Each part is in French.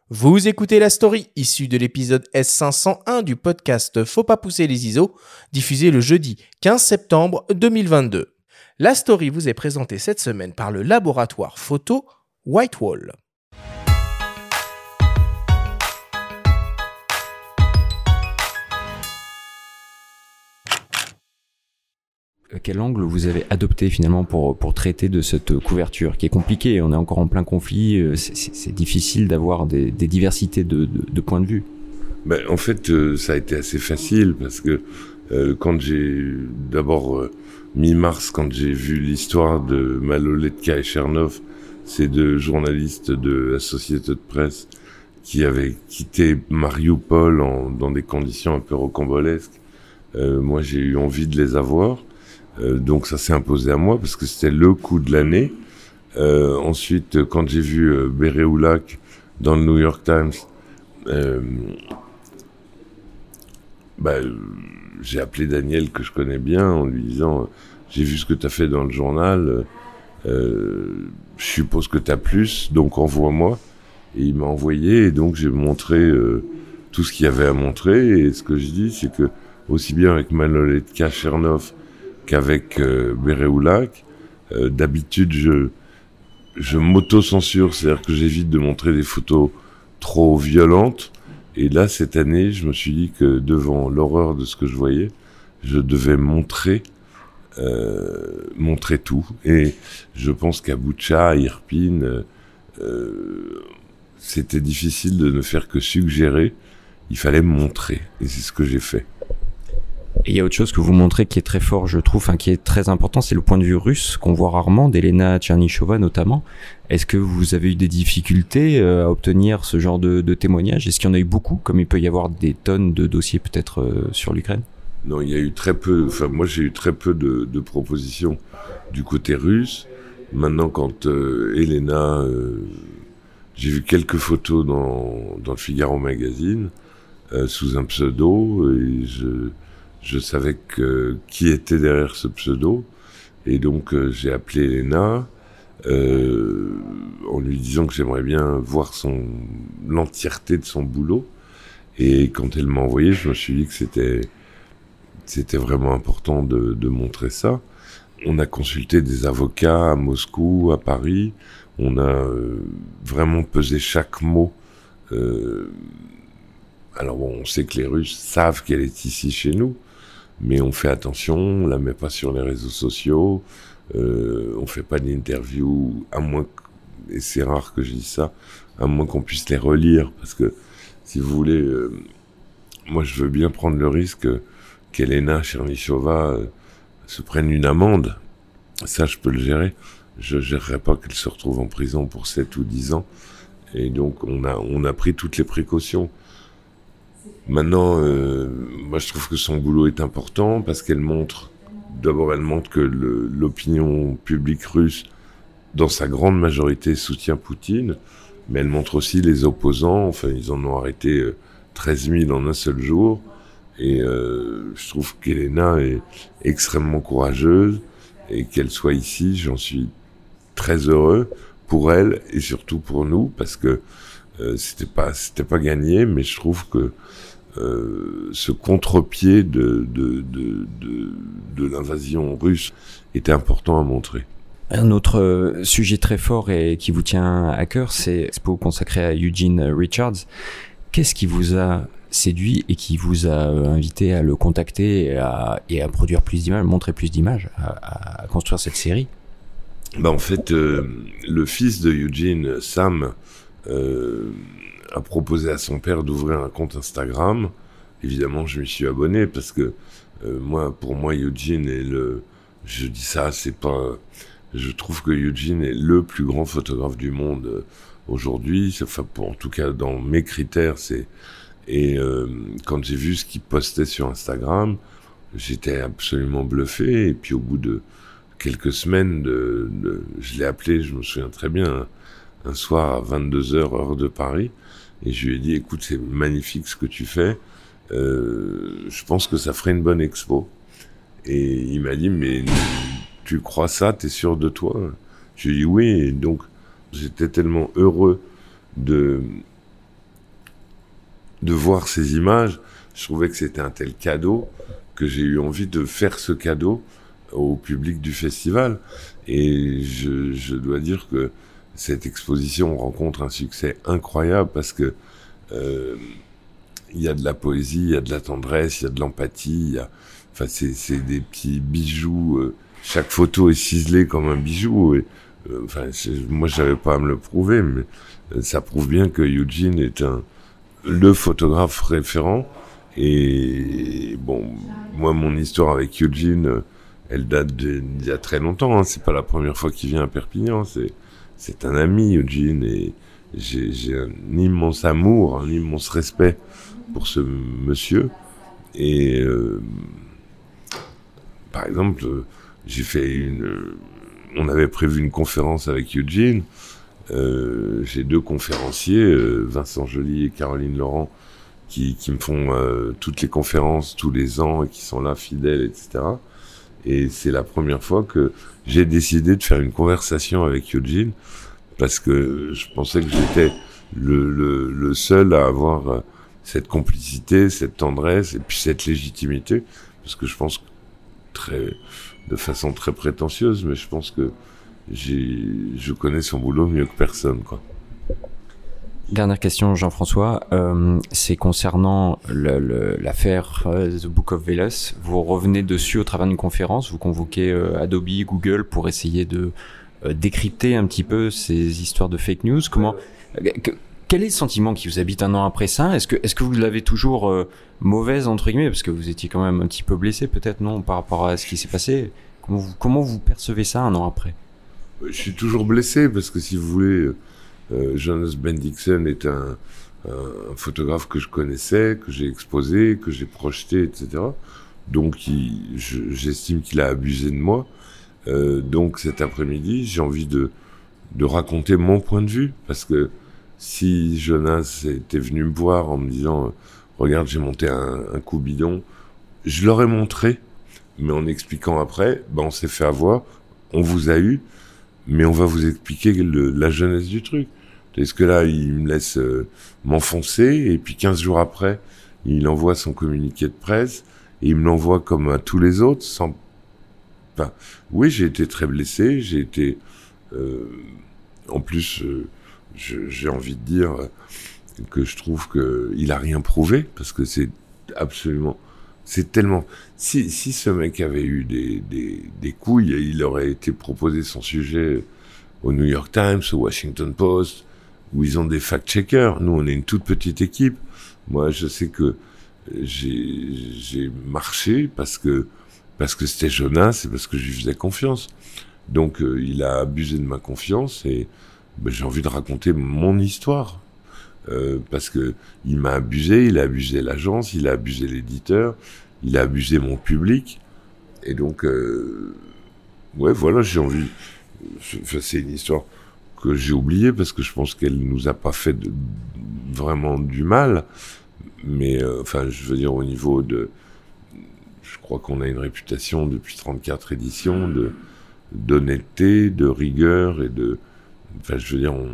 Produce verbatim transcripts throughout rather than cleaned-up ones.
Vous écoutez la story issue de l'épisode S cinq cent un du podcast Faut pas pousser les I S O, diffusé le jeudi quinze septembre deux mille vingt-deux. La story vous est présentée cette semaine par le laboratoire photo Whitewall. Quel angle vous avez adopté finalement pour, pour traiter de cette couverture qui est compliquée? On est encore en plein conflit, c'est, c'est, c'est difficile d'avoir des, des diversités de, de, de points de vue. Ben, en fait, euh, ça a été assez facile parce que euh, quand j'ai, d'abord euh, mi-mars, quand j'ai vu l'histoire de Maloletka et Chernov, ces deux journalistes de Associated Press qui avaient quitté Mariupol en, dans des conditions un peu rocambolesques, euh, moi j'ai eu envie de les avoir. Euh, donc ça s'est imposé à moi parce que c'était le coup de l'année. Euh, ensuite, quand j'ai vu euh, Béréoulac dans le New York Times, euh, bah, j'ai appelé Daniel que je connais bien en lui disant euh, j'ai vu ce que tu as fait dans le journal, euh, je suppose que tu as plus, donc envoie-moi. Et il m'a envoyé et donc j'ai montré euh, tout ce qu'il y avait à montrer. Et ce que je dis, c'est que aussi bien avec Maloletka, Chernov qu'avec euh, Béréoulac, euh, d'habitude je je m'auto-censure, c'est-à-dire que j'évite de montrer des photos trop violentes. Et là, cette année, je me suis dit que devant l'horreur de ce que je voyais, je devais montrer euh, montrer tout. Et je pense qu'à Boutcha, à Irpin, euh, c'était difficile de ne faire que suggérer. Il fallait montrer, et c'est ce que j'ai fait. Et il y a autre chose que vous montrez qui est très fort, je trouve, enfin, qui est très important, c'est le point de vue russe qu'on voit rarement, d'Elena Tchernyshova notamment. Est-ce que vous avez eu des difficultés euh, à obtenir ce genre de, de témoignages? Est-ce qu'il y en a eu beaucoup, comme il peut y avoir des tonnes de dossiers peut-être euh, sur l'Ukraine? Non, il y a eu très peu, enfin moi j'ai eu très peu de, de propositions du côté russe. Maintenant, quand euh, Elena, euh, j'ai vu quelques photos dans, dans le Figaro Magazine, euh, sous un pseudo, et je... Je savais que, qui était derrière ce pseudo, et donc euh, j'ai appelé Elena euh, en lui disant que j'aimerais bien voir son l'entièreté de son boulot. Et quand elle m'a envoyé, je me suis dit que c'était c'était vraiment important de, de montrer ça. On a consulté des avocats à Moscou, à Paris. On a euh, vraiment pesé chaque mot. Euh, alors bon, on sait que les Russes savent qu'elle est ici chez nous. Mais on fait attention, on la met pas sur les réseaux sociaux, euh, on fait pas d'interviews, à moins que, et c'est rare que je dise ça, à moins qu'on puisse les relire, parce que, si vous voulez, euh, moi je veux bien prendre le risque qu'Elena Tchernyshova euh, se prenne une amende, ça je peux le gérer, je gérerai pas qu'elle se retrouve en prison pour sept ou dix ans, et donc on a, on a pris toutes les précautions. Maintenant, euh, moi je trouve que son boulot est important parce qu'elle montre, d'abord elle montre que le, l'opinion publique russe, dans sa grande majorité, soutient Poutine, mais elle montre aussi les opposants, enfin ils en ont arrêté treize mille en un seul jour, et euh, je trouve qu'Elena est extrêmement courageuse, et qu'elle soit ici, j'en suis très heureux pour elle, et surtout pour nous, parce que euh, c'était pas, c'était pas gagné, mais je trouve que Euh, ce contre-pied de, de, de, de, de l'invasion russe était important à montrer. Un autre sujet très fort et qui vous tient à cœur, c'est l'expo consacrée à Eugene Richards. Qu'est-ce qui vous a séduit et qui vous a invité à le contacter et à, et à produire plus d'images, montrer plus d'images, à, à construire cette série? Ben en fait, euh, le fils de Eugene, Sam, euh, a proposé à son père d'ouvrir un compte Instagram. Évidemment, je m'y suis abonné parce que euh, moi, pour moi, Eugene est le. Je dis ça, c'est pas. Je trouve que Eugene est le plus grand photographe du monde euh, aujourd'hui. Enfin, pour, en tout cas, dans mes critères, c'est. Et euh, quand j'ai vu ce qu'il postait sur Instagram, j'étais absolument bluffé. Et puis, au bout de quelques semaines, de, de, je l'ai appelé. Je me souviens très bien. Un, un soir à vingt-deux heures heure de Paris. Et je lui ai dit, écoute, c'est magnifique ce que tu fais, euh, je pense que ça ferait une bonne expo. Et il m'a dit, mais tu crois ça, t'es sûr de toi? Je lui ai dit oui, et donc j'étais tellement heureux de, de voir ces images, je trouvais que c'était un tel cadeau que j'ai eu envie de faire ce cadeau au public du festival. Et je, je dois dire que cette exposition rencontre un succès incroyable parce que euh, il y a de la poésie, il y a de la tendresse, il y a de l'empathie, il y a, enfin c'est, c'est des petits bijoux. Euh, chaque photo est ciselée comme un bijou. Et, euh, enfin, moi j'avais pas à me le prouver, mais euh, ça prouve bien que Eugene est un le photographe référent. Et bon, moi mon histoire avec Eugene, euh, elle date d'il y a très longtemps. Hein. C'est pas la première fois qu'il vient à Perpignan. C'est c'est un ami, Eugene, et j'ai, j'ai un immense amour, un immense respect pour ce monsieur. Et euh, par exemple, euh, j'ai fait une. Euh, on avait prévu une conférence avec Eugene. Euh, j'ai deux conférenciers, euh, Vincent Joly et Caroline Laurent, qui, qui me font euh, toutes les conférences tous les ans et qui sont là fidèles, et cetera. Et c'est la première fois que j'ai décidé de faire une conversation avec Eugene parce que je pensais que j'étais le, le, le seul à avoir cette complicité, cette tendresse et puis cette légitimité, parce que je pense que très, de façon très prétentieuse, mais je pense que j'ai, je connais son boulot mieux que personne, quoi. Dernière question, Jean-François, euh, c'est concernant le, le, l'affaire euh, The Book of Veles. Vous revenez dessus au travers d'une conférence, vous convoquez euh, Adobe, Google pour essayer de euh, décrypter un petit peu ces histoires de fake news. Comment, euh, que, quel est le sentiment qui vous habite un an après ça ? Est-ce que, est-ce que vous l'avez toujours euh, mauvaise, entre guillemets, parce que vous étiez quand même un petit peu blessé peut-être, non, par rapport à ce qui s'est passé ? Comment vous, comment vous percevez ça un an après ? Je suis toujours blessé parce que si vous voulez... Euh, Jonas Bendixen est un, un, un photographe que je connaissais, que j'ai exposé, que j'ai projeté, et cetera. Donc, il, je, j'estime qu'il a abusé de moi. Euh, donc, cet après-midi, j'ai envie de, de raconter mon point de vue, parce que si Jonas était venu me voir en me disant « Regarde, j'ai monté un, un coup bidon », je l'aurais montré, mais en expliquant après, ben, on s'est fait avoir, on vous a eu, mais on va vous expliquer le, la jeunesse du truc. Est-ce que là, il me laisse euh, m'enfoncer, et puis quinze jours après, il envoie son communiqué de presse, et il me l'envoie comme à tous les autres, sans... Enfin, oui, j'ai été très blessé, j'ai été... Euh, en plus, euh, je, j'ai envie de dire que je trouve qu'il a rien prouvé, parce que c'est absolument... C'est tellement... Si, si ce mec avait eu des, des, des couilles, il aurait été proposé son sujet au New York Times, au Washington Post, où ils ont des fact-checkers. Nous, on est une toute petite équipe. Moi, je sais que j'ai, j'ai marché parce que, parce que c'était Jonas et parce que je lui faisais confiance. Donc, euh, il a abusé de ma confiance et ben, j'ai envie de raconter mon histoire. Euh, parce que il m'a abusé, il a abusé l'agence, il a abusé l'éditeur, il a abusé mon public. Et donc, euh, ouais, voilà, j'ai envie... Enfin, c'est une histoire que j'ai oubliée parce que je pense qu'elle nous a pas fait de, vraiment du mal, mais euh, enfin je veux dire au niveau de, je crois qu'on a une réputation depuis trente-quatre éditions de d'honnêteté, de rigueur et de, enfin je veux dire on,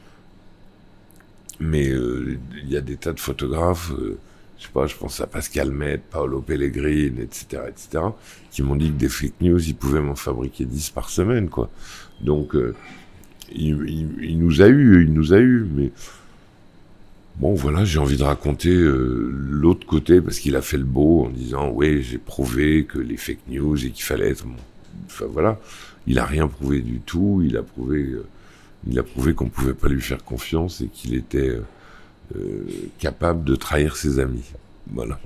mais euh, il y a des tas de photographes, euh, je sais pas, je pense à Pascal Met, Paolo Pellegrini, et cetera, et cetera, qui m'ont dit que des fake news, ils pouvaient m'en fabriquer dix par semaine, quoi. Donc, euh, il, il, il nous a eu, il nous a eu, mais bon, voilà, j'ai envie de raconter euh, l'autre côté, parce qu'il a fait le beau en disant, ouais, j'ai prouvé que les fake news et qu'il fallait être, bon, enfin voilà, il a rien prouvé du tout, il a prouvé, euh, il a prouvé qu'on pouvait pas lui faire confiance et qu'il était euh, euh, capable de trahir ses amis, voilà.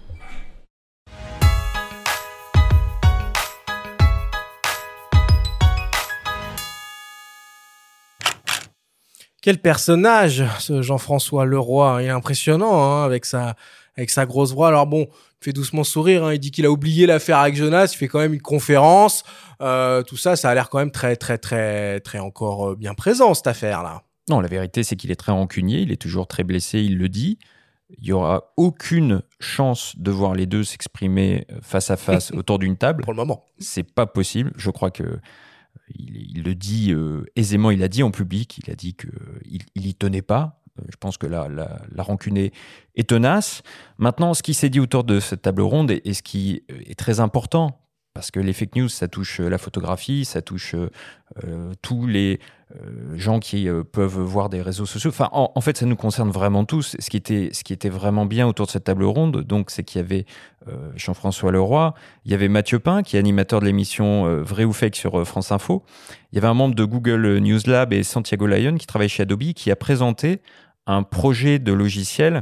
Quel personnage, ce Jean-François Leroy. Il est impressionnant, hein, avec sa, avec sa grosse voix. Alors bon, il fait doucement sourire, hein. Il dit qu'il a oublié l'affaire avec Jonas. Il fait quand même une conférence. Euh, tout ça, ça a l'air quand même très, très, très, très encore bien présent, cette affaire-là. Non, la vérité, c'est qu'il est très rancunier. Il est toujours très blessé, il le dit. Il n'y aura aucune chance de voir les deux s'exprimer face à face autour d'une table. Pour le moment. C'est pas possible. Je crois que Il, il le dit euh, aisément, il a dit en public, il a dit qu'il il y tenait pas. Je pense que la, la, la rancune est, est tenace. Maintenant, ce qui s'est dit autour de cette table ronde et, et ce qui est très important, parce que les fake news, ça touche la photographie, ça touche euh, tous les euh, gens qui euh, peuvent voir des réseaux sociaux. Enfin, en, en fait, ça nous concerne vraiment tous. Ce qui était, ce qui était vraiment bien autour de cette table ronde, donc, c'est qu'il y avait euh, Jean-François Leroy, il y avait Mathieu Pin, qui est animateur de l'émission euh, Vrai ou Fake sur euh, France Info. Il y avait un membre de Google News Lab et Santiago Lyon, qui travaille chez Adobe, qui a présenté un projet de logiciel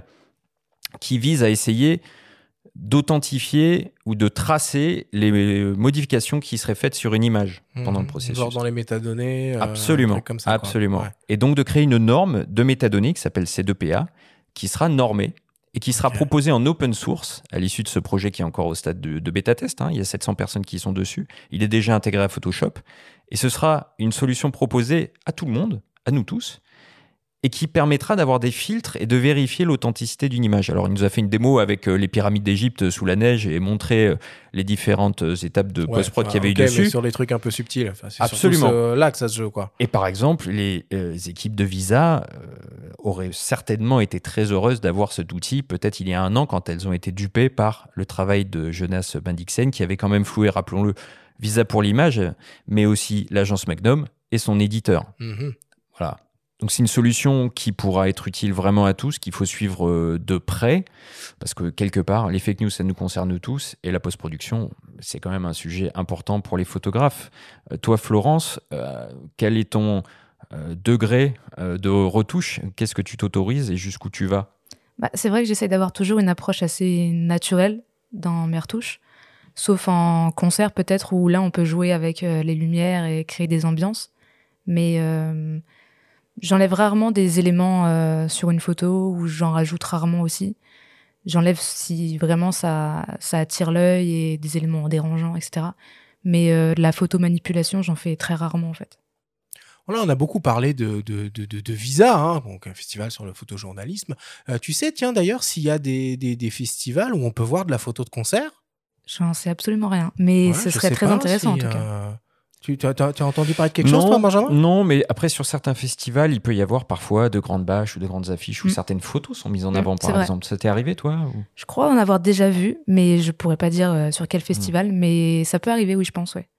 qui vise à essayer d'authentifier ou de tracer les modifications qui seraient faites sur une image mmh, pendant le processus. Genre dans les métadonnées. Absolument, euh, comme ça, absolument. Ouais. Et donc de créer une norme de métadonnées qui s'appelle C deux P A, qui sera normée et qui sera okay. proposée en open source à l'issue de ce projet qui est encore au stade de, de bêta-test. Hein. Il y a sept cents personnes qui y sont dessus. Il est déjà intégré à Photoshop. Et ce sera une solution proposée à tout le monde, à nous tous, et qui permettra d'avoir des filtres et de vérifier l'authenticité d'une image. Alors, il nous a fait une démo avec euh, les pyramides d'Égypte sous la neige et montré euh, les différentes euh, étapes de ouais, post-prod qu'il y avait okay, eu dessus. Mais sur les trucs un peu subtils. Enfin, c'est Absolument. C'est là que ça se joue, quoi. Et par exemple, les euh, équipes de Visa euh, auraient certainement été très heureuses d'avoir cet outil, peut-être il y a un an, quand elles ont été dupées par le travail de Jonas Bendixen, qui avait quand même floué, rappelons-le, Visa pour l'image, mais aussi l'agence Magnum et son éditeur. Mm-hmm. Voilà. Donc c'est une solution qui pourra être utile vraiment à tous, qu'il faut suivre de près, parce que quelque part, les fake news, ça nous concerne tous, et la post-production, c'est quand même un sujet important pour les photographes. Euh, toi, Florence, euh, quel est ton euh, degré euh, de retouche? Qu'est-ce que tu t'autorises et jusqu'où tu vas? Bah, c'est vrai que j'essaie d'avoir toujours une approche assez naturelle dans mes retouches, sauf en concert peut-être, où là, on peut jouer avec euh, les lumières et créer des ambiances, mais... Euh, J'enlève rarement des éléments euh, sur une photo, ou j'en rajoute rarement aussi. J'enlève si vraiment ça, ça attire l'œil et des éléments dérangeants, et cetera. Mais euh, la photomanipulation, j'en fais très rarement en fait. Là, on a beaucoup parlé de, de, de, de, de Visa, hein, donc un festival sur le photojournalisme. Euh, tu sais, tiens, d'ailleurs, s'il y a des, des, des festivals où on peut voir de la photo de concert? J'en sais absolument rien, mais ouais, ce serait très intéressant si, en tout cas. Euh... Tu as, as, as entendu parler de quelque non, chose, toi, Benjamin? Non, mais après, sur certains festivals, il peut y avoir parfois de grandes bâches ou de grandes affiches mmh. où certaines photos sont mises en avant, mmh, par exemple. Ça t'est arrivé, toi ou... Je crois en avoir déjà vu, mais je pourrais pas dire euh, sur quel festival, mmh. mais ça peut arriver, oui, je pense, ouais.